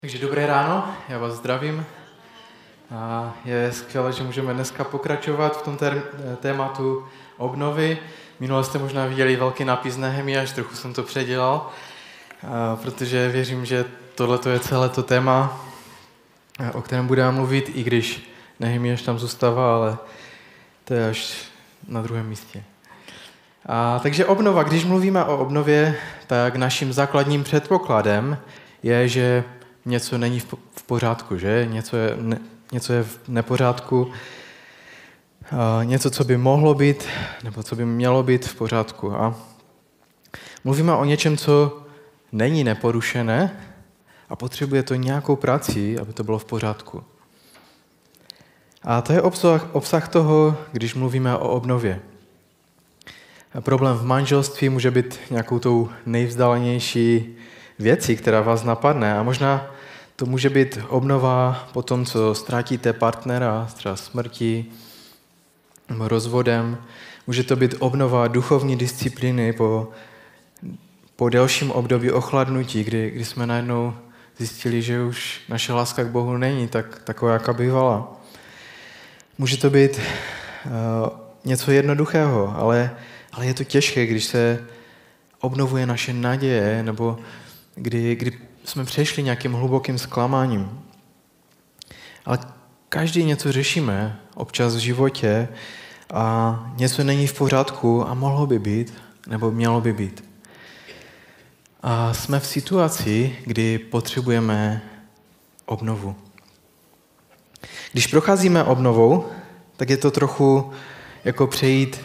Takže dobré ráno, já vás zdravím. A je skvělé, že můžeme dneska pokračovat v tom tématu obnovy. Minule jste možná viděli velký nápis Nehemiáš, trochu jsem to předělal, protože věřím, že tohle je celé to téma, o kterém budeme mluvit, i když Nehemiáš tam zůstává, ale to je až na druhém místě. Takže obnova, když mluvíme o obnově, tak naším základním předpokladem je, že něco není v pořádku, že? Něco je v nepořádku, něco, co by mohlo být, nebo co by mělo být v pořádku. A mluvíme o něčem, co není neporušené a potřebuje to nějakou práci, aby to bylo v pořádku. A to je obsah toho, když mluvíme o obnově. A problém v manželství může být nějakou tou nejvzdálenější věcí, která vás napadne. A možná to může být obnova po tom, co ztratíte partnera, třeba smrtí nebo rozvodem. Může to být obnova duchovní disciplíny po delším období ochladnutí, kdy jsme najednou zjistili, že už naše láska k Bohu není taková, jaká bývala. Může to být něco jednoduchého, ale je to těžké, když se obnovuje naše naděje, nebo kdy jsme přešli nějakým hlubokým zklamáním. Ale každý něco řešíme občas v životě a něco není v pořádku a mohlo by být, nebo mělo by být. A jsme v situaci, kdy potřebujeme obnovu. Když procházíme obnovou, tak je to trochu jako přejít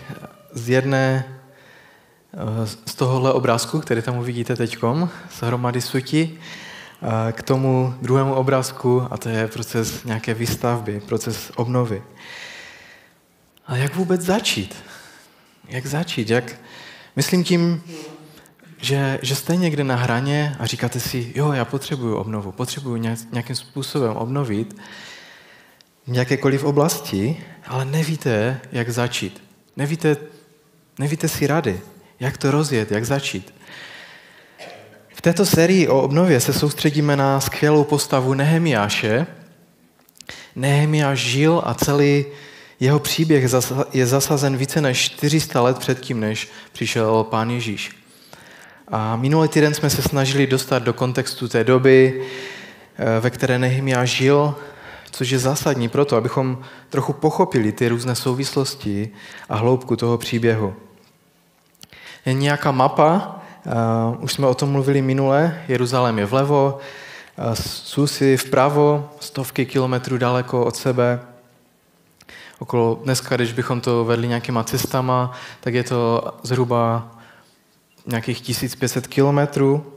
z tohohle obrázku, který tam uvidíte teďkom, z hromady suti, k tomu druhému obrázku, a to je proces nějaké výstavby, proces obnovy. A jak vůbec začít? Jak začít? Myslím tím, že jste někde na hraně a říkáte si, jo, já potřebuju obnovu, potřebuju nějakým způsobem obnovit v jakékoliv oblasti, ale nevíte, jak začít. Nevíte si rady, jak to rozjet, jak začít. V této sérii o obnově se soustředíme na skvělou postavu Nehemiáše. Nehemiáš žil a celý jeho příběh je zasazen více než 400 let předtím, než přišel Pán Ježíš. A minulý týden jsme se snažili dostat do kontextu té doby, ve které Nehemiáš žil, což je zásadní proto, abychom trochu pochopili ty různé souvislosti a hloubku toho příběhu. Je nějaká mapa, už jsme o tom mluvili minule, Jeruzalém je vlevo, Susy vpravo, stovky kilometrů daleko od sebe. Dneska, když bychom to vedli nějakýma cestama, tak je to zhruba nějakých 1500 kilometrů.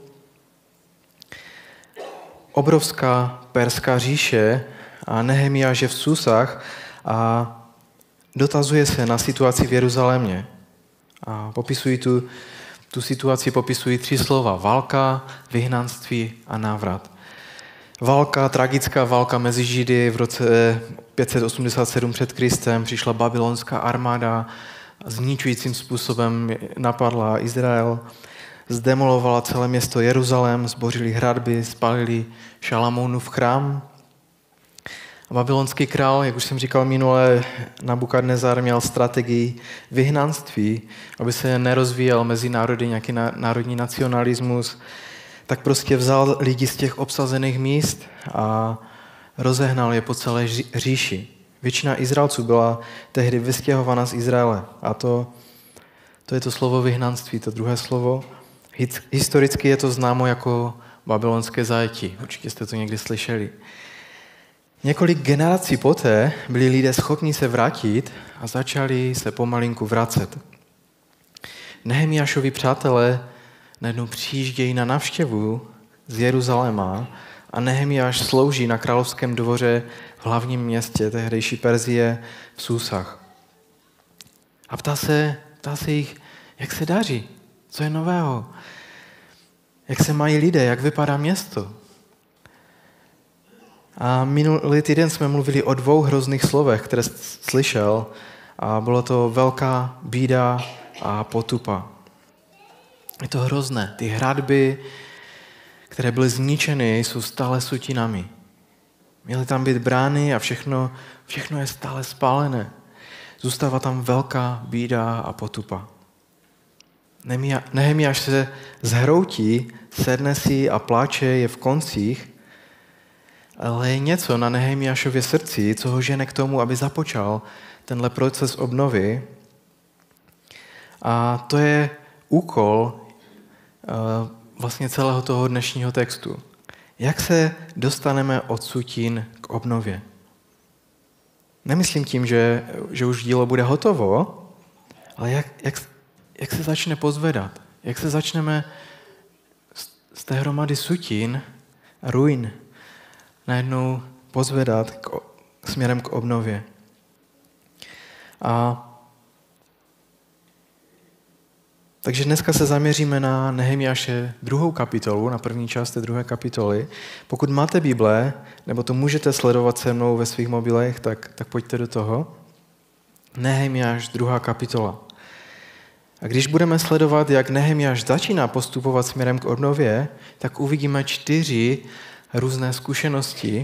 Obrovská perská říše a Nehemiáš je v Susách a dotazuje se na situaci v Jeruzalémě. A tu situaci popisují 3 slova. Válka, vyhnanství a návrat. Válka, tragická válka mezi Židy v roce 587 před Kristem. Přišla babylonská armáda a zničujícím způsobem napadla Izrael. Zdemolovala celé město Jeruzalém, zbořili hradby, spalili Šalamounův chrám. A babylonský král, jak už jsem říkal minule, Nabukadnezar měl strategii vyhnanství, aby se nerozvíjel mezi národy nějaký národní nacionalismus, tak prostě vzal lidi z těch obsazených míst a rozehnal je po celé říši. Většina Izraelců byla tehdy vystěhována z Izraele. A to je to slovo vyhnanství, to druhé slovo. Historicky je to známo jako babylonské zajetí. Určitě jste to někdy slyšeli. Několik generací poté byli lidé schopni se vrátit a začali se pomalinku vracet. Nehemiášovi přátelé najednou přijíždějí na návštěvu z Jeruzaléma a Nehemiáš slouží na královském dvoře v hlavním městě tehdejší Perzie v Susách. A ptá se jich, jak se daří, co je nového, jak se mají lidé, jak vypadá město. A minulý týden jsme mluvili o 2 hrozných slovech, které slyšel, a bylo to velká bída a potupa. Je to hrozné. Ty hradby, které byly zničeny, jsou stále sutinami. Měly tam být brány a všechno je stále spálené. Zůstává tam velká bída a potupa. Nehemiáš se zhroutí, sedne si a pláče, je v koncích, ale je něco na Nehemiášově srdci, co ho žene k tomu, aby započal tenhle proces obnovy. A to je úkol vlastně celého toho dnešního textu. Jak se dostaneme od sutin k obnově? Nemyslím tím, že už dílo bude hotovo, ale jak se začne pozvedat? Jak se začneme z té hromady sutin a ruin najednou pozvedat směrem k obnově? Takže dneska se zaměříme na Nehemiáše 2. kapitolu, na první část té 2. kapitoly. Pokud máte Bible, nebo to můžete sledovat se mnou ve svých mobilech, tak pojďte do toho. Nehemiáš 2. kapitola. A když budeme sledovat, jak Nehemiáš začíná postupovat směrem k obnově, tak uvidíme 4 různé zkušenosti.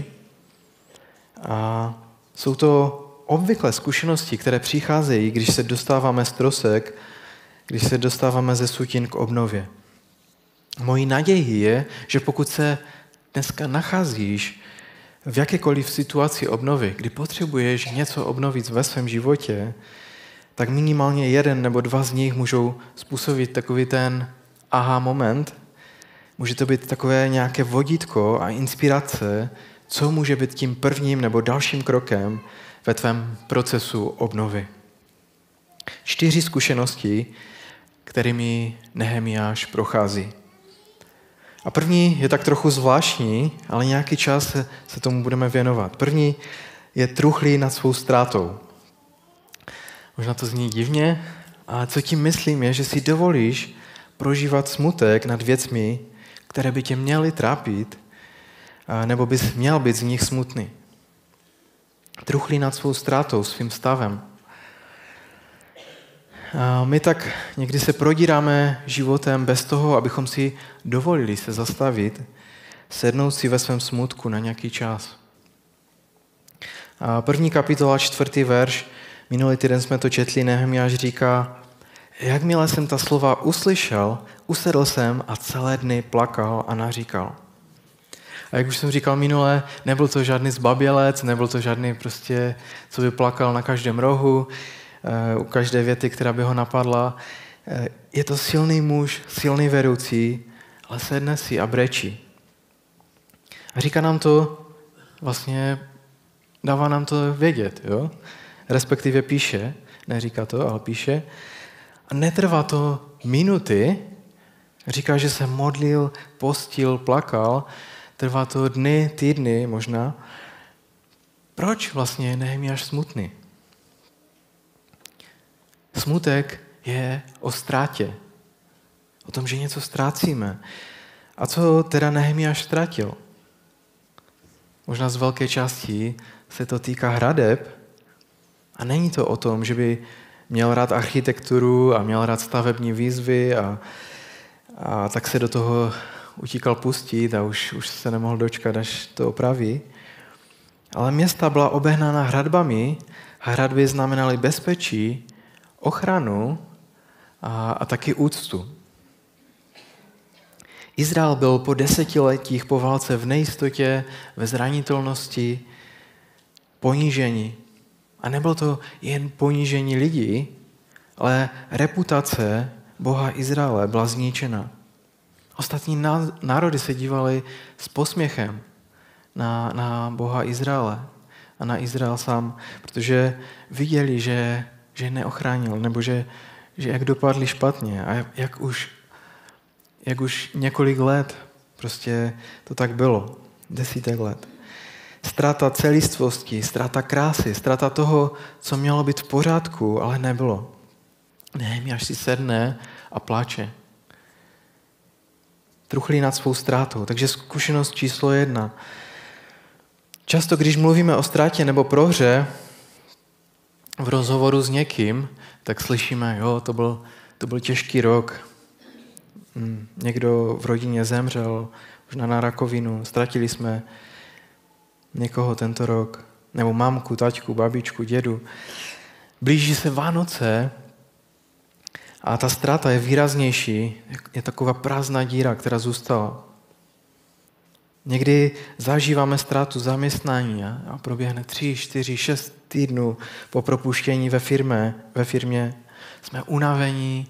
A jsou to obvyklé zkušenosti, které přicházejí, když se dostáváme z trosek, když se dostáváme ze sutin k obnově. Mojí nadějí je, že pokud se dneska nacházíš v jakékoliv situaci obnovy, kdy potřebuješ něco obnovit ve svém životě, tak minimálně 1 nebo 2 z nich můžou způsobit takový ten aha moment. Může to být takové nějaké vodítko a inspirace, co může být tím prvním nebo dalším krokem ve tvém procesu obnovy. 4 zkušenosti, kterými Nehemiáš prochází. A první je tak trochu zvláštní, ale nějaký čas se tomu budeme věnovat. První je truchlý nad svou ztrátou. Možná to zní divně, ale co tím myslím je, že si dovolíš prožívat smutek nad věcmi, které by tě měly trápit, nebo bys měl být z nich smutný. Truchlý nad svou ztrátou, svým stavem. A my tak někdy se prodíráme životem bez toho, abychom si dovolili se zastavit, sednout si ve svém smutku na nějaký čas. A 1. kapitola, 4. verš, minulý týden jsme to četli, Nehemiáš říká, jakmile jsem ta slova uslyšel, usedl jsem a celé dny plakal a naříkal. A jak už jsem říkal minule, nebyl to žádný zbabělec, nebyl to žádný prostě, co by plakal na každém rohu, u každé věty, která by ho napadla. Je to silný muž, silný vedoucí, ale sedne si a brečí. A říká nám to, vlastně dává nám to vědět, jo? Respektive píše, neříká to, ale píše. A netrvá to minuty, říká, že se modlil, postil, plakal, trvá to dny, týdny možná. Proč vlastně je Nehemiáš smutný? Smutek je o ztrátě. O tom, že něco ztrácíme. A co teda Nehemiáš ztratil? Možná z velké části se to týká hradeb. A není to o tom, že by měl rád architekturu a měl rád stavební výzvy a tak se do toho utíkal pustit a už se nemohl dočkat, až to opraví. Ale města byla obehnána hradbami a hradby znamenaly bezpečí, ochranu a taky úctu. Izrael byl po 10 letích po válce v nejistotě, ve zranitelnosti, ponížení. A nebylo to jen ponížení lidí, ale reputace Boha Izraele byla zničena. Ostatní národy se dívali s posměchem na Boha Izraele a na Izrael sám, protože viděli, že neochránil, nebo že jak dopadli špatně a jak už několik let prostě to tak bylo, 10 let. Ztráta celistvosti, ztráta krásy, ztráta toho, co mělo být v pořádku, ale nebylo. Nehemiáš si sedne a pláče. Truchlí nad svou ztrátou. Takže zkušenost číslo 1. Často, když mluvíme o ztrátě nebo prohře v rozhovoru s někým, tak slyšíme, jo, to byl těžký rok. Někdo v rodině zemřel, možná na rakovinu, ztratili jsme někoho tento rok, nebo mamku, taťku, babičku, dědu. Blíží se Vánoce a ta ztráta je výraznější, je taková prázdná díra, která zůstala. Někdy zažíváme ztrátu zaměstnání a proběhne 3, 4, 6 týdnů po propuštění ve firmě. Jsme unavení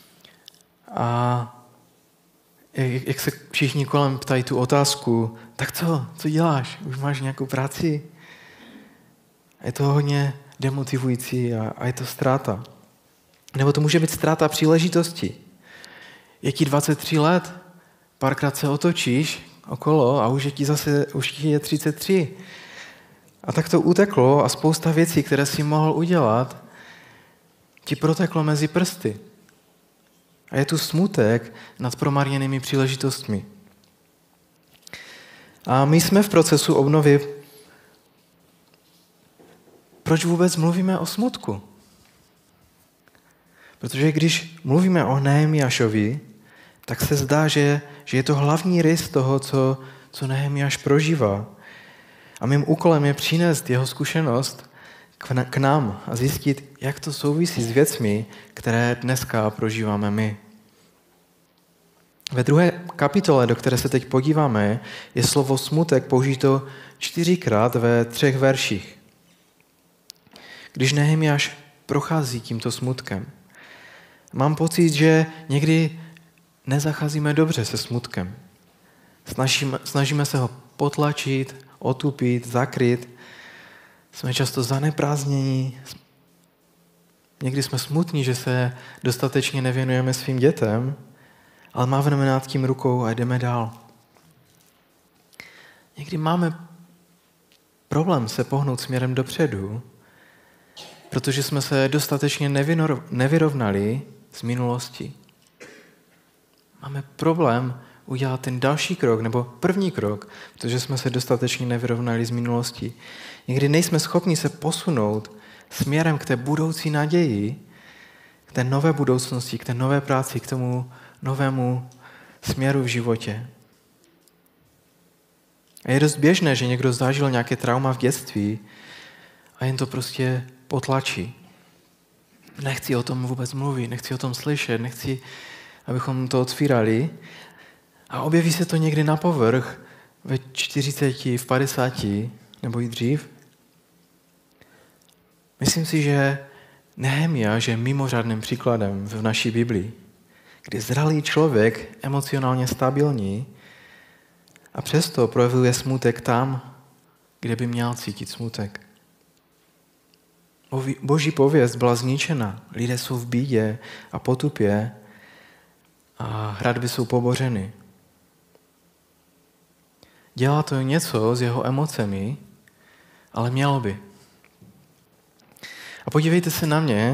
a jak se všichni kolem ptají tu otázku, tak co děláš? Už máš nějakou práci? Je to hodně demotivující a je to ztráta. Nebo to může být ztráta příležitosti. Je ti 23 let, párkrát se otočíš okolo a už ti je 33. A tak to uteklo a spousta věcí, které jsi mohl udělat, ti proteklo mezi prsty. A je tu smutek nad promarněnými příležitostmi. A my jsme v procesu obnovy. Proč vůbec mluvíme o smutku? Protože když mluvíme o Nehemiášovi, tak se zdá, že je to hlavní rys toho, co Nehemiáš prožívá. A mým úkolem je přinést jeho zkušenost k nám a zjistit, jak to souvisí s věcmi, které dneska prožíváme my. Ve 2. kapitole, do které se teď podíváme, je slovo smutek použito 4krát ve 3 verších. Když Nehemiáš prochází tímto smutkem, mám pocit, že někdy nezacházíme dobře se smutkem. Snažíme se ho potlačit, otupit, zakryt. Jsme často zaneprázdnění. Někdy jsme smutní, že se dostatečně nevěnujeme svým dětem, ale mávneme nad tím rukou a jdeme dál. Někdy máme problém se pohnout směrem dopředu, protože jsme se dostatečně nevyrovnali s minulostí. Máme problém udělat ten další krok, nebo první krok, protože jsme se dostatečně nevyrovnali s minulostí. Někdy nejsme schopni se posunout směrem k té budoucí naději, k té nové budoucnosti, k té nové práci, k tomu novému směru v životě. A je dost běžné, že někdo zažil nějaké trauma v dětství a jen to prostě potlačí. Nechci o tom vůbec mluvit, nechci o tom slyšet, nechci, abychom to otvírali. A objeví se to někdy na povrch ve 40, v 50 nebo i dřív. Myslím si, že Nehemiáš je mimořádným příkladem v naší Biblii, kdy zralý člověk, emocionálně stabilní, a přesto projevuje smutek tam, kde by měl cítit smutek. Boží pověst byla zničena. Lidé jsou v bídě a potupě a hradby jsou pobořeny. Dělá to něco s jeho emocemi, ale mělo by. A podívejte se na mě,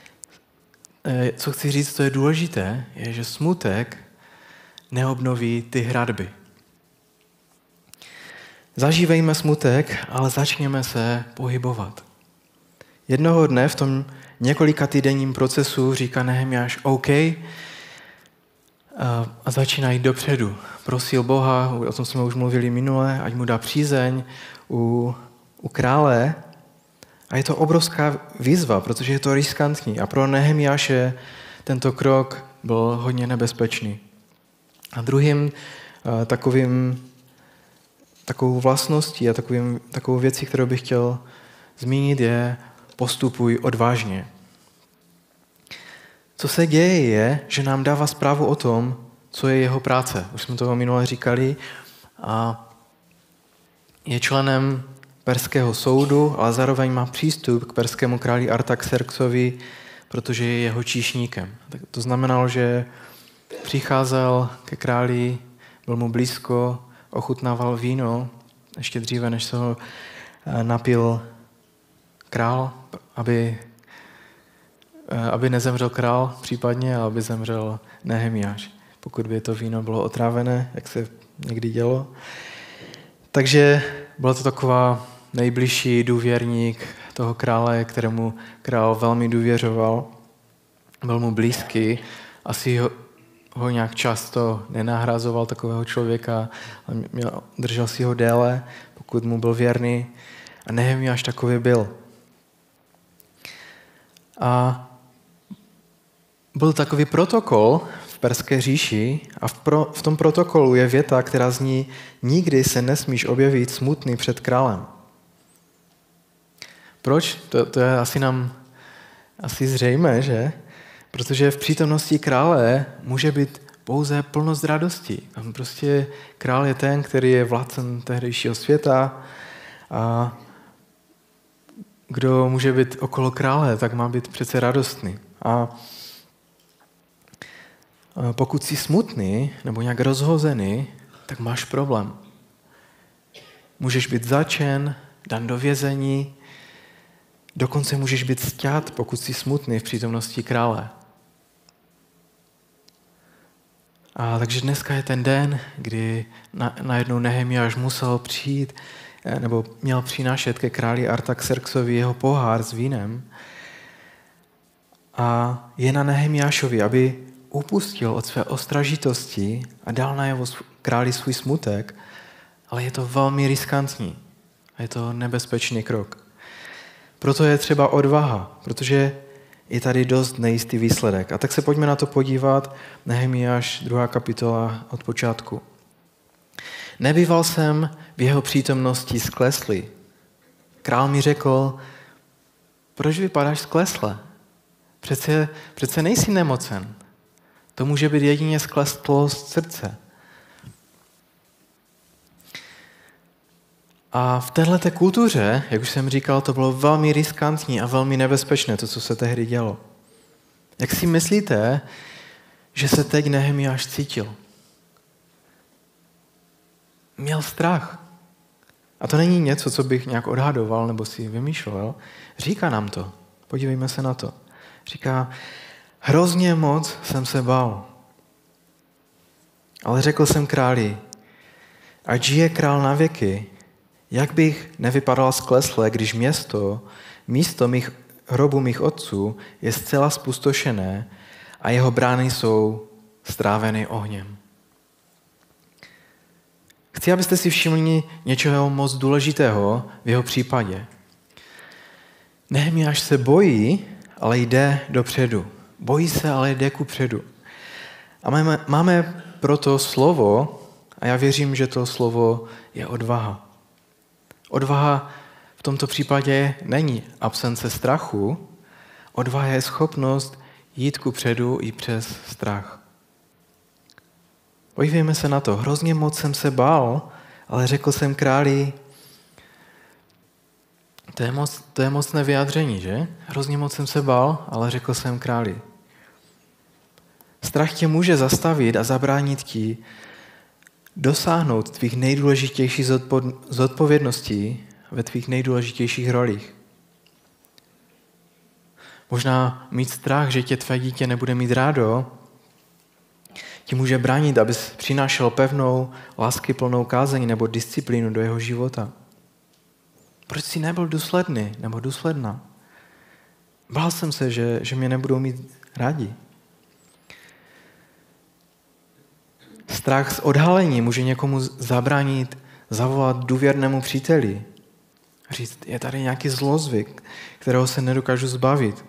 co chci říct, co je důležité, je, že smutek neobnoví ty hradby. Zažívejme smutek, ale začněme se pohybovat. Jednoho dne v tom několika týdenním procesu říká Nehemiáš OK a začíná jít dopředu. Prosil Boha, o tom jsme už mluvili minule, ať mu dá přízeň u krále. A je to obrovská výzva, protože je to riskantní. A pro Nehemiáše tento krok byl hodně nebezpečný. A druhým takovou vlastností a takovou věcí, kterou bych chtěl zmínit, je postupuj odvážně. Co se děje je, že nám dává zprávu o tom, co je jeho práce. Už jsme toho minule říkali. A je členem perského soudu, ale zároveň má přístup k perskému králi Artaxerxovi, protože je jeho číšníkem. Tak to znamenalo, že přicházel ke králi, byl mu blízko, ochutnával víno, ještě dříve, než se ho napil král, aby nezemřel král případně, ale aby zemřel Nehemiáš, pokud by to víno bylo otrávené, jak se někdy dělo. Takže byl to taková nejbližší důvěrník toho krále, kterému král velmi důvěřoval. Byl mu blízký, asi ho nějak často nenahrazoval takového člověka, ale držel si ho déle, pokud mu byl věrný. A Nehemiáš takový byl. A byl takový protokol v Perské říši a v tom protokolu je věta, která zní: nikdy se nesmíš objevit smutný před králem. Proč? To je asi zřejmé, že? Protože v přítomnosti krále může být pouze plnost radosti. Prostě král je ten, který je vládcem tehdejšího světa a kdo může být okolo krále, tak má být přece radostný. A pokud jsi smutný nebo nějak rozhozený, tak máš problém. Můžeš být zatčen, dán do vězení, dokonce můžeš být sťat, pokud jsi smutný v přítomnosti krále. A takže dneska je ten den, kdy najednou Nehemiáš musel přijít, nebo měl přinášet ke králi Artaxerxovi jeho pohár s vínem. A je na Nehemiášovi, aby upustil od své ostražitosti a dal najevo králi svůj smutek, ale je to velmi riskantní a je to nebezpečný krok. Proto je třeba odvaha, protože je tady dost nejistý výsledek. A tak se pojďme na to podívat. Nehemiáš 2. kapitola od počátku. Nebýval jsem v jeho přítomnosti skleslý. Král mi řekl: proč vypadáš sklesle? Přece nejsi nemocen. To může být jedině skleslost srdce. A v téhleté kultuře, jak už jsem říkal, to bylo velmi riskantní a velmi nebezpečné, to, co se tehdy dělo. Jak si myslíte, že se teď Nehemiáš cítil? Měl strach. A to není něco, co bych nějak odhadoval nebo si vymýšlel. Říká nám to. Podívejme se na to. Říká: hrozně moc jsem se bál. Ale řekl jsem králi: ať žije král na věky, jak bych nevypadal sklesle, když místo hrobu mých otců je zcela spustošené a jeho brány jsou stráveny ohněm. Chci, abyste si všimli něčeho moc důležitého v jeho případě. Nehemiáš se bojí, ale jde dopředu. Bojí se, ale jde kupředu. A máme proto slovo, a já věřím, že to slovo je odvaha. Odvaha v tomto případě není absence strachu, odvaha je schopnost jít kupředu i přes strach. Podívejme se na to. Hrozně moc jsem se bál, ale řekl jsem králi, to je mocné vyjádření, že? Hrozně moc jsem se bál, ale řekl jsem králi. Strach tě může zastavit a zabránit ti dosáhnout tvých nejdůležitějších zodpovědností ve tvých nejdůležitějších rolích. Možná mít strach, že tě tvé dítě nebude mít rádo, ti může bránit, abys přinášel pevnou, láskyplnou kázeň nebo disciplínu do jeho života. Proč jsi nebyl důsledný nebo důsledná? Bál jsem se, že mě nebudou mít rádi. Strach z odhalení může někomu zabránit zavolat důvěrnému příteli. Říct, je tady nějaký zlozvyk, kterého se nedokážu zbavit.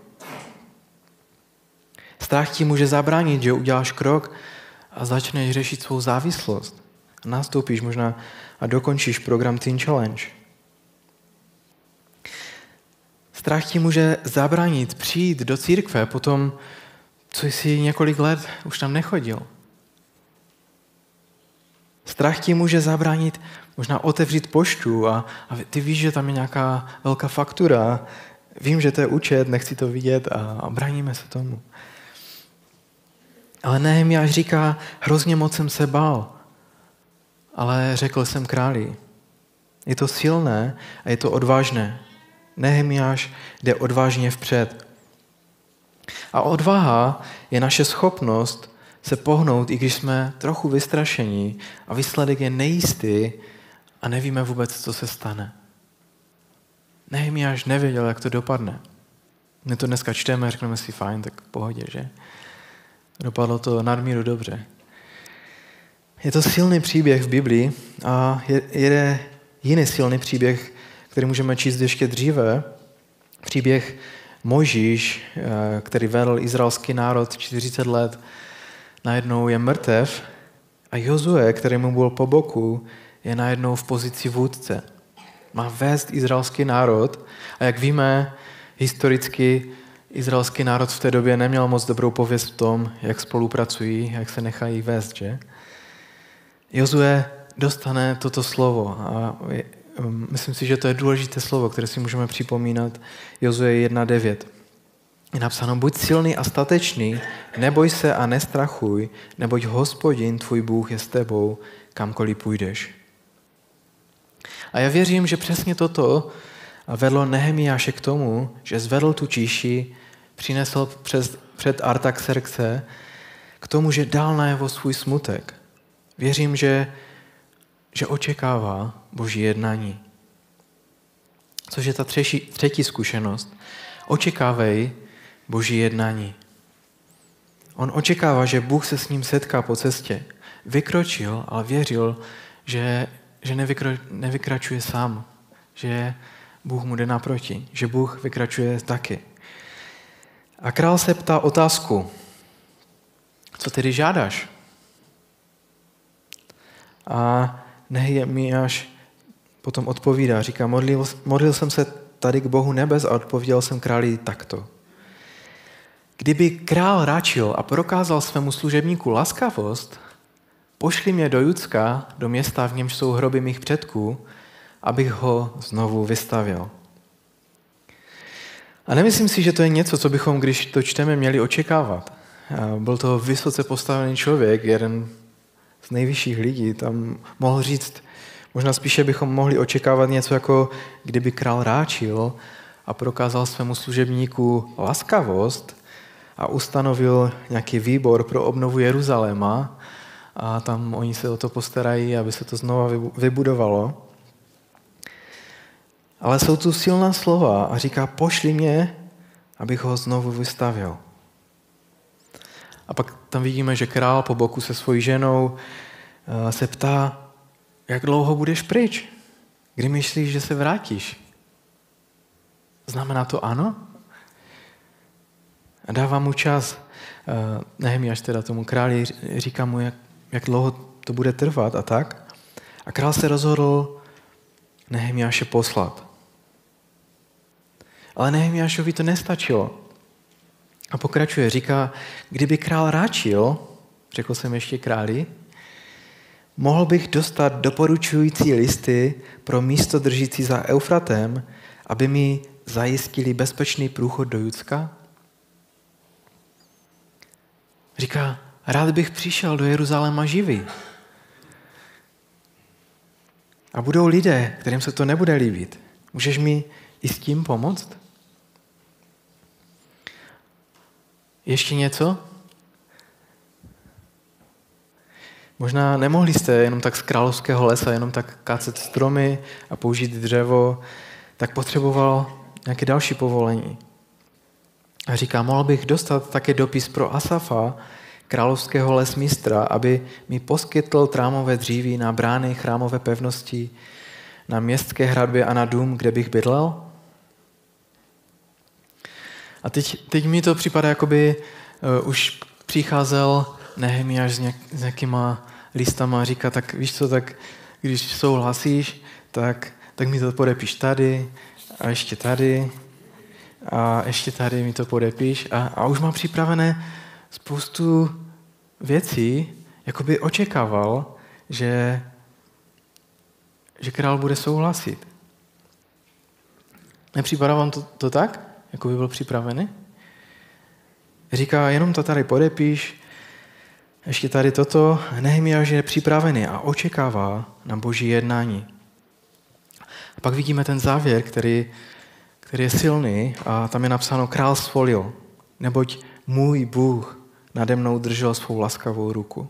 Strach ti může zabránit, že uděláš krok a začneš řešit svou závislost. A nastoupíš možná a dokončíš program Teen Challenge. Strach ti může zabránit přijít do církve potom, co jsi několik let už tam nechodil. Strach ti může zabránit možná otevřít poštu a ty víš, že tam je nějaká velká faktura. Vím, že to je účet, nechci to vidět a bráníme se tomu. Ale Nehemiáš říká, hrozně moc jsem se bál, ale řekl jsem králi. Je to silné a je to odvážné. Nehemiáš jde odvážně vpřed. A odvaha je naše schopnost se pohnout, i když jsme trochu vystrašení a výsledek je nejistý a nevíme vůbec, co se stane. Nehemiáš nevěděl, jak to dopadne. My to dneska čteme a řekneme si, fajn, tak v pohodě, že? Dopadlo to nadmíru dobře. Je to silný příběh v Biblii a je jiný silný příběh, který můžeme číst ještě dříve. Příběh Mojžíš, který vedl izraelský národ 40 let, najednou je mrtev a Jozue, který mu byl po boku, je najednou v pozici vůdce. Má vést izraelský národ a jak víme, historicky izraelský národ v té době neměl moc dobrou pověst v tom, jak spolupracují, jak se nechají vést, že? Jozue dostane toto slovo a myslím si, že to je důležité slovo, které si můžeme připomínat. Jozue 1.9. Je napsáno, buď silný a statečný, neboj se a nestrachuj, neboť Hospodin, tvůj Bůh, je s tebou, kamkoliv půjdeš. A já věřím, že přesně toto vedlo Nehemiáše k tomu, že zvedl tu číši, přinesl před Artaxerxe k tomu, že dal najevo svůj smutek. Věřím, že očekává Boží jednání. Což je ta třetí zkušenost. Očekávej Boží jednání. On očekává, že Bůh se s ním setká po cestě. Vykročil, ale věřil, že nevykračuje sám. Že Bůh mu jde naproti. Že Bůh vykračuje taky. A král se ptá otázku. Co tedy žádáš? A Nehemiáš potom odpovídá, říká, modlil jsem se tady k Bohu nebes a odpověděl jsem králi takto. Kdyby král ráčil a prokázal svému služebníku laskavost, pošli mě do Judska, do města, v němž jsou hroby mých předků, abych ho znovu vystavěl. A nemyslím si, že to je něco, co bychom, když to čteme, měli očekávat. Byl to vysoce postavený člověk, jeden z nejvyšších lidí, tam mohl říct, možná spíše bychom mohli očekávat něco jako, kdyby král ráčil a prokázal svému služebníku laskavost a ustanovil nějaký výbor pro obnovu Jeruzaléma a tam oni se o to postarají, aby se to znova vybudovalo. Ale jsou tu silná slova a říká, pošli mě, abych ho znovu vystavěl. A pak tam vidíme, že král po boku se svojí ženou se ptá, jak dlouho budeš pryč? Kdy myslíš, že se vrátíš? Znamená to ano? A dává mu čas. Nehemiáš teda tomu králi říká mu, jak dlouho to bude trvat a tak. A král se rozhodl Nehemiáše poslat. Ale Nehemiášovi to nestačilo. A pokračuje, říká, kdyby král ráčil, řekl jsem ještě králi, mohl bych dostat doporučující listy pro místo držící za Eufratem, aby mi zajistili bezpečný průchod do Judska? Říká, rád bych přišel do Jeruzaléma živý. A budou lidé, kterým se to nebude líbit. Můžeš mi i s tím pomoct? Ještě něco? Možná nemohli jste jenom tak z královského lesa, jenom tak kácet stromy a použít dřevo, tak potřeboval nějaké další povolení. A říká, mohl bych dostat také dopis pro Asafa, královského lesmistra, aby mi poskytl trámové dříví na brány chrámové pevnosti, na městské hradbě a na dům, kde bych bydlel? A teď mi to připadá, jakoby už přicházel Nehemiáš s nějakýma listama a říká, tak víš co, tak když souhlasíš, tak mi to podepíš tady a ještě tady a ještě tady mi to podepíš a už má připravené spoustu věcí, jakoby očekával, že král bude souhlasit. Nepřipadá vám to tak, jako by byl připravený? Říká, jenom to tady podepíš, ještě tady toto, Nehemiáš je připravený a očekává na Boží jednání. A pak vidíme ten závěr, který je silný a tam je napsáno, král svolil, neboť můj Bůh nade mnou držel svou laskavou ruku.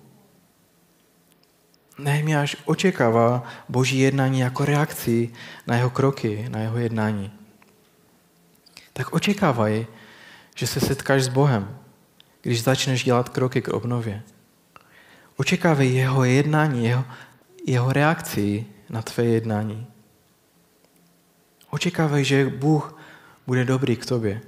Nehemiáš očekává Boží jednání jako reakci na jeho kroky, na jeho jednání. Tak očekávaj, že se setkáš s Bohem, když začneš dělat kroky k obnově. Očekávej jeho jednání, jeho reakci na tvé jednání. Očekávej, že Bůh bude dobrý k tobě.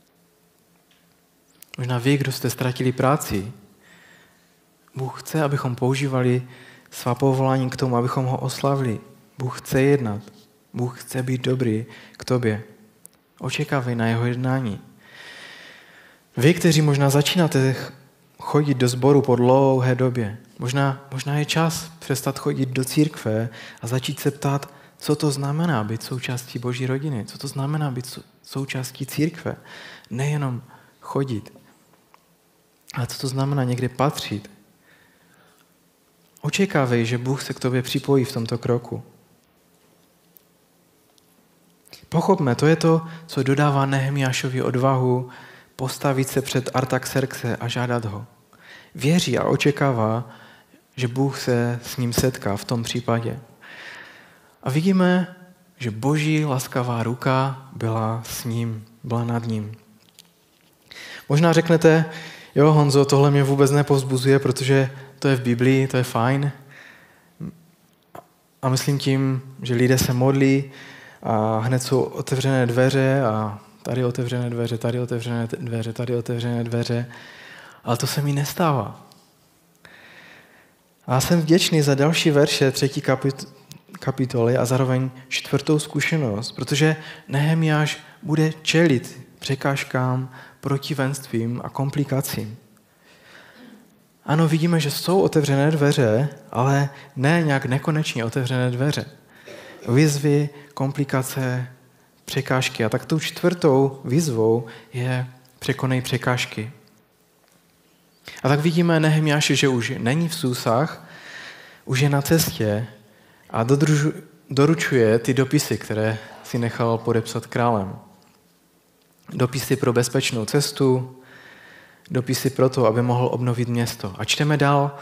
Možná vy, kdo jste ztratili práci, Bůh chce, abychom používali svá povolání k tomu, abychom ho oslavili. Bůh chce jednat. Bůh chce být dobrý k tobě. Očekávej na jeho jednání. Vy, kteří možná začínáte chodit do sboru po dlouhé době, možná je čas přestat chodit do církve a začít se ptát, co to znamená být součástí Boží rodiny, co to znamená být součástí církve. Nejenom chodit, ale co to znamená někde patřit. Očekávej, že Bůh se k tobě připojí v tomto kroku. Pochopme, to je to, co dodává Nehemiášovi odvahu postavit se před Artaxerxe a žádat ho. Věří a očekává, že Bůh se s ním setká v tom případě. A vidíme, že Boží laskavá ruka byla s ním, byla nad ním. Možná řeknete, jo Honzo, tohle mě vůbec nepovzbuzuje, protože to je v Biblii, to je fajn. A myslím tím, že lidé se modlí a hned jsou otevřené dveře a tady otevřené dveře, tady otevřené dveře, tady otevřené dveře. Ale to se mi nestává. A jsem vděčný za další verše 3. kapitoly a zároveň 4. zkušenost, protože Nehemiáš bude čelit překážkám, protivenstvím a komplikacím. Ano, vidíme, že jsou otevřené dveře, ale ne nějak nekonečně otevřené dveře. Výzvy, komplikace, překážky. A tak tou 4. výzvou je překonej překážky. A tak vidíme Nehemiáše, že už není v Susách, už je na cestě a doručuje ty dopisy, které si nechal podepsat králem. Dopisy pro bezpečnou cestu, dopisy pro to, aby mohl obnovit město. A čteme dál.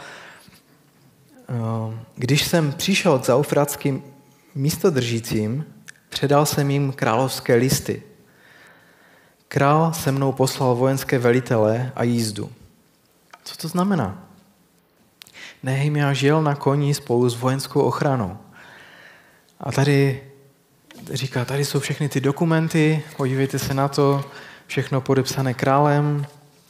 Když jsem přišel k zaufratským místodržícím, předal jsem jim královské listy. Král se mnou poslal vojenské velitele a jízdu. Co to znamená? Nehemiáš jel na koni spolu s vojenskou ochranou. A tady říká, tady jsou všechny ty dokumenty, podívejte se na to, všechno podepsané králem.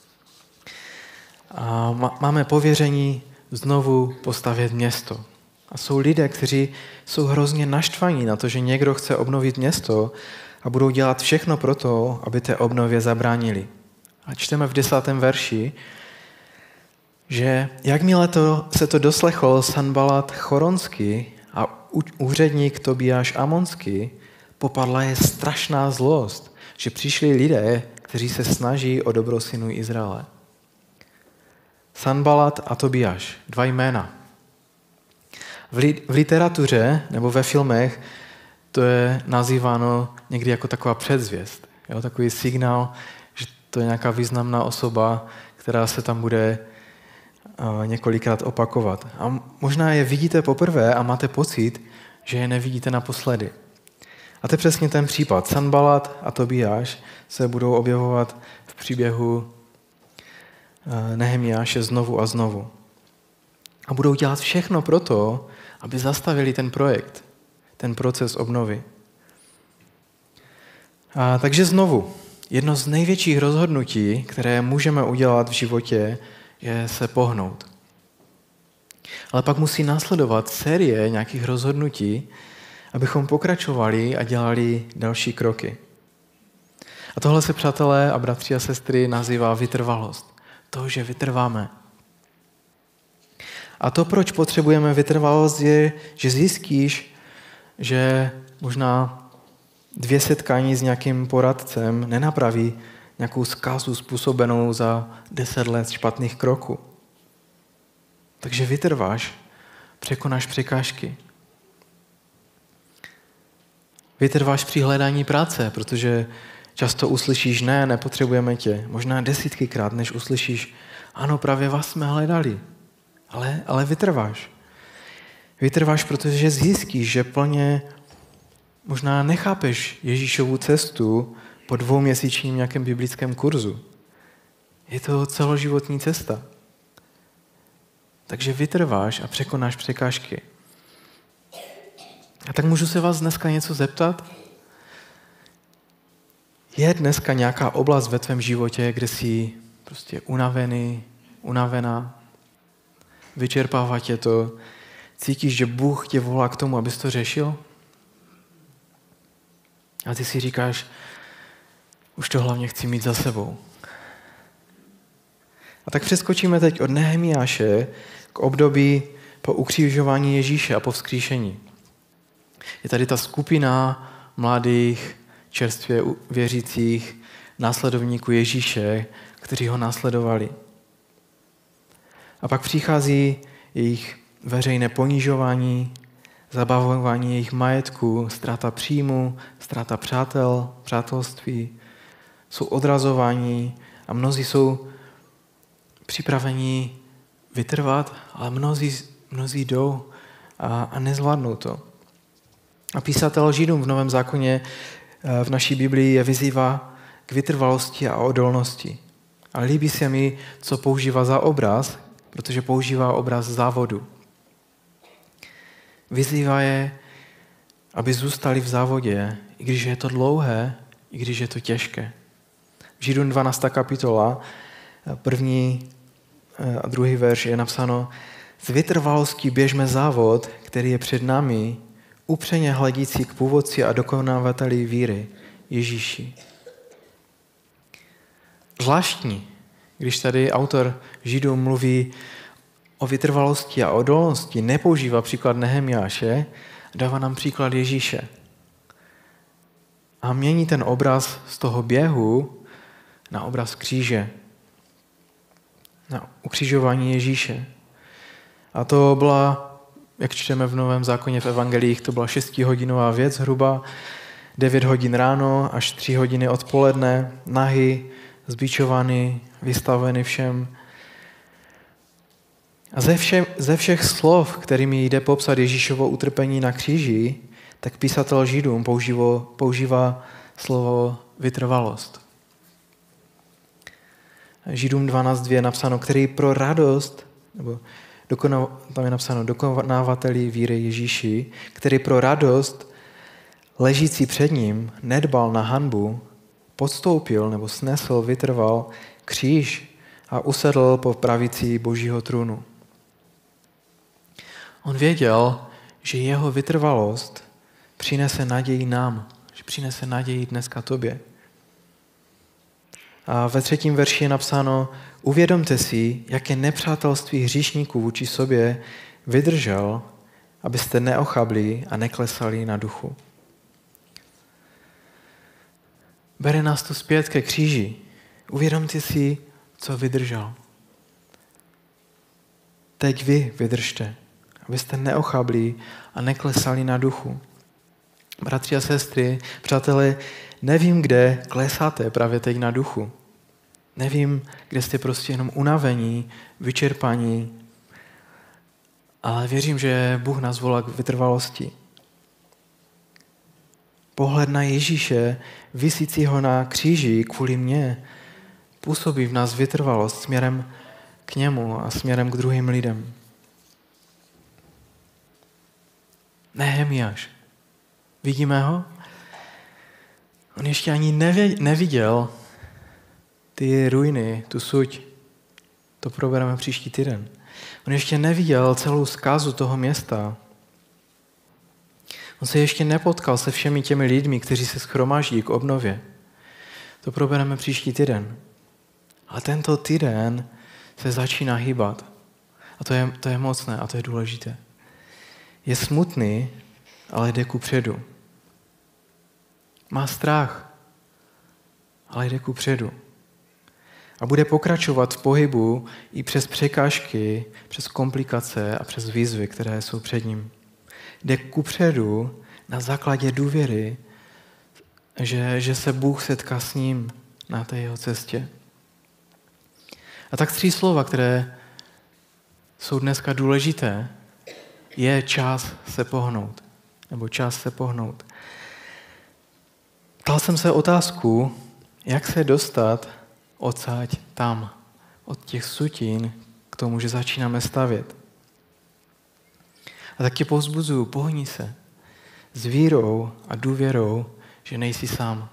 A máme pověření znovu postavit město. A jsou lidé, kteří jsou hrozně naštvaní na to, že někdo chce obnovit město a budou dělat všechno pro to, aby té obnově zabránili. A čteme v 10. verši, že jakmile se to doslechl Sanbalat Choronský a úředník Tobiáš Amonský, popadla je strašná zlost, že přišli lidé, kteří se snaží o dobro synu Izraele. Sanbalat a Tobiáš, 2 jména. V literatuře nebo ve filmech to je nazýváno někdy jako taková předzvěst. Jo? Takový signál, že to je nějaká významná osoba, která se tam bude několikrát opakovat. A možná je vidíte poprvé a máte pocit, že je nevidíte naposledy. A to je přesně ten případ. Sanbalat a Tobiáš se budou objevovat v příběhu Nehemiáše znovu a znovu. A budou dělat všechno pro to, aby zastavili ten projekt, ten proces obnovy. Takže znovu, jedno z největších rozhodnutí, které můžeme udělat v životě, je se pohnout. Ale pak musí následovat série nějakých rozhodnutí, abychom pokračovali a dělali další kroky. A tohle se, přátelé a bratři a sestry, nazývá vytrvalost. To, že vytrváme. A to, proč potřebujeme vytrvalost, je, že zjistíš, že možná 2 setkání s nějakým poradcem nenapraví nějakou zkázu způsobenou za 10 let špatných kroků. Takže vytrváš, překonáš překážky. Vytrváš při hledání práce, protože často uslyšíš, ne, nepotřebujeme tě. Možná 10krát, než uslyšíš, ano, právě vás jsme hledali. Ale vytrváš. Vytrváš, protože zjistíš, že plně možná nechápeš Ježíšovu cestu po 2měsíčním nějakém biblickém kurzu. Je to celoživotní cesta. Takže vytrváš a překonáš překážky. A tak můžu se vás dneska něco zeptat? Je dneska nějaká oblast ve tvém životě, kde jsi prostě unavený, unavená, vyčerpává tě to, cítíš, že Bůh tě volá k tomu, abys to řešil? A ty si říkáš, už to hlavně chci mít za sebou. A tak přeskočíme teď od Nehemiáše k období po ukřižování Ježíše a po vzkříšení. Je tady ta skupina mladých, čerstvě věřících následovníků Ježíše, kteří ho následovali. A pak přichází jejich veřejné ponižování, zabavování jejich majetku, ztráta příjmu, ztráta přátel, přátelství, jsou odrazováni a mnozí jsou připraveni vytrvat, ale mnozí jdou a nezvládnou to. A písatel Židům v Novém zákoně v naší Biblii je vyzývá k vytrvalosti a odolnosti. A líbí se mi, co používá za obraz, protože používá obraz závodu. Vyzývá je, aby zůstali v závodě, i když je to dlouhé, i když je to těžké. V Židům 12. kapitola, 1. a 2. verš je napsáno: s vytrvalostí běžme závod, který je před námi, upřeně hledící k původci a dokonavateli víry, Ježíši. Zvláštní, když tady autor Židům mluví o vytrvalosti a odolnosti, nepoužívá příklad Nehemiáše, dává nám příklad Ježíše. A mění ten obraz z toho běhu na obraz kříže, na ukřižování Ježíše. A to byla, jak čteme v Novém zákoně v evangelích, to byla 6hodinová věc zhruba, 9 hodin ráno až 3 hodiny odpoledne, nahý, zbičovaný, vystavený všem. A ze všech slov, kterými jde popsat Ježíšovo utrpení na kříži, tak písatel Židům používá slovo vytrvalost. Židům 12.2 je napsáno, který pro radost, nebo tam je napsáno dokonavateli víry Ježíši, který pro radost ležící před ním nedbal na hanbu, podstoupil nebo snesl, vytrval kříž a usedl po pravici Božího trůnu. On věděl, že jeho vytrvalost přinese naději nám, že přinese naději dneska tobě. A ve 3. verši je napsáno: uvědomte si, jaké nepřátelství hříšníků vůči sobě vydržel, abyste neochabli a neklesali na duchu. Bere nás to zpět ke kříži. Uvědomte si, co vydržel. Teď vy vydržte, abyste neochabli a neklesali na duchu. Bratři a sestry, přátelé, nevím, kde klesáte právě teď na duchu. Nevím, kde jste prostě jenom unavení, vyčerpaní, ale věřím, že Bůh nás volá k vytrvalosti. Pohled na Ježíše, visícího na kříži kvůli mně, působí v nás vytrvalost směrem k němu a směrem k druhým lidem. Nehemiáš. Vidíme ho? On ještě ani neviděl ty ruiny, tu suť. To probereme příští týden. On ještě neviděl celou zkázu toho města. On se ještě nepotkal se všemi těmi lidmi, kteří se shromáždí k obnově. To probereme příští týden. Ale tento týden se začíná hýbat. A to je mocné a to je důležité. Je smutný, ale jde kupředu. Má strach, ale jde kupředu. A bude pokračovat v pohybu i přes překážky, přes komplikace a přes výzvy, které jsou před ním. Jde kupředu na základě důvěry, že se Bůh setká s ním na té jeho cestě. A tak 3 slova, které jsou dneska důležité, je čas se pohnout. Nebo čas se pohnout. Ptal jsem se otázku, jak se dostat odsaď tam, od těch sutin k tomu, že začínáme stavět. A tak tě povzbuzuju, pohni se s vírou a důvěrou, že nejsi sám.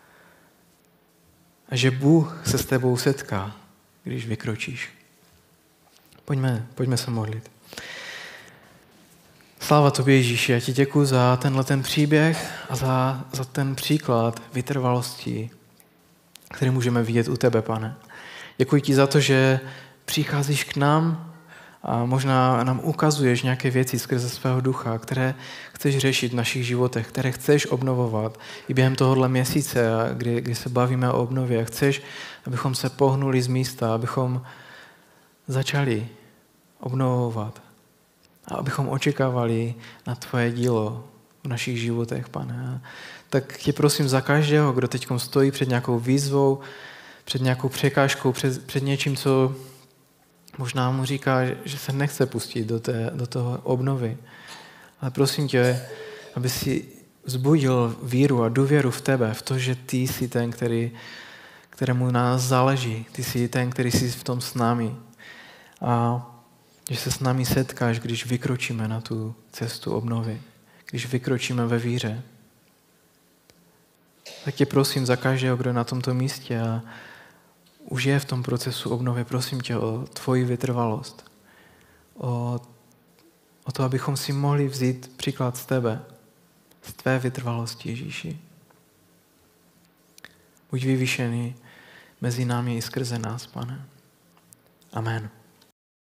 A že Bůh se s tebou setká, když vykročíš. Pojďme se modlit. Sláva tobě, Ježíši, já ti děkuji za ten příběh a za ten příklad vytrvalosti, který můžeme vidět u tebe, Pane. Děkuji ti za to, že přicházíš k nám a možná nám ukazuješ nějaké věci skrze svého ducha, které chceš řešit v našich životech, které chceš obnovovat i během tohohle měsíce, kdy se bavíme o obnově. Chceš, abychom se pohnuli z místa, abychom začali obnovovat a abychom očekávali na tvoje dílo v našich životech, Pane. Tak tě prosím za každého, kdo teď stojí před nějakou výzvou, před nějakou překážkou, před něčím, co možná mu říká, že se nechce pustit do toho obnovy. Ale prosím tě, aby si vzbudil víru a důvěru v tebe, v to, že ty jsi ten, kterému na nás záleží. Ty jsi ten, který jsi v tom s námi. A že se s námi setkáš, když vykročíme na tu cestu obnovy. Když vykročíme ve víře. Tak tě prosím za každého, kdo je na tomto místě a už je v tom procesu obnovy, prosím tě o tvoji vytrvalost. O to, abychom si mohli vzít příklad z tebe, z tvé vytrvalosti, Ježíši. Buď vyvýšený mezi námi i skrze nás, Pane. Amen.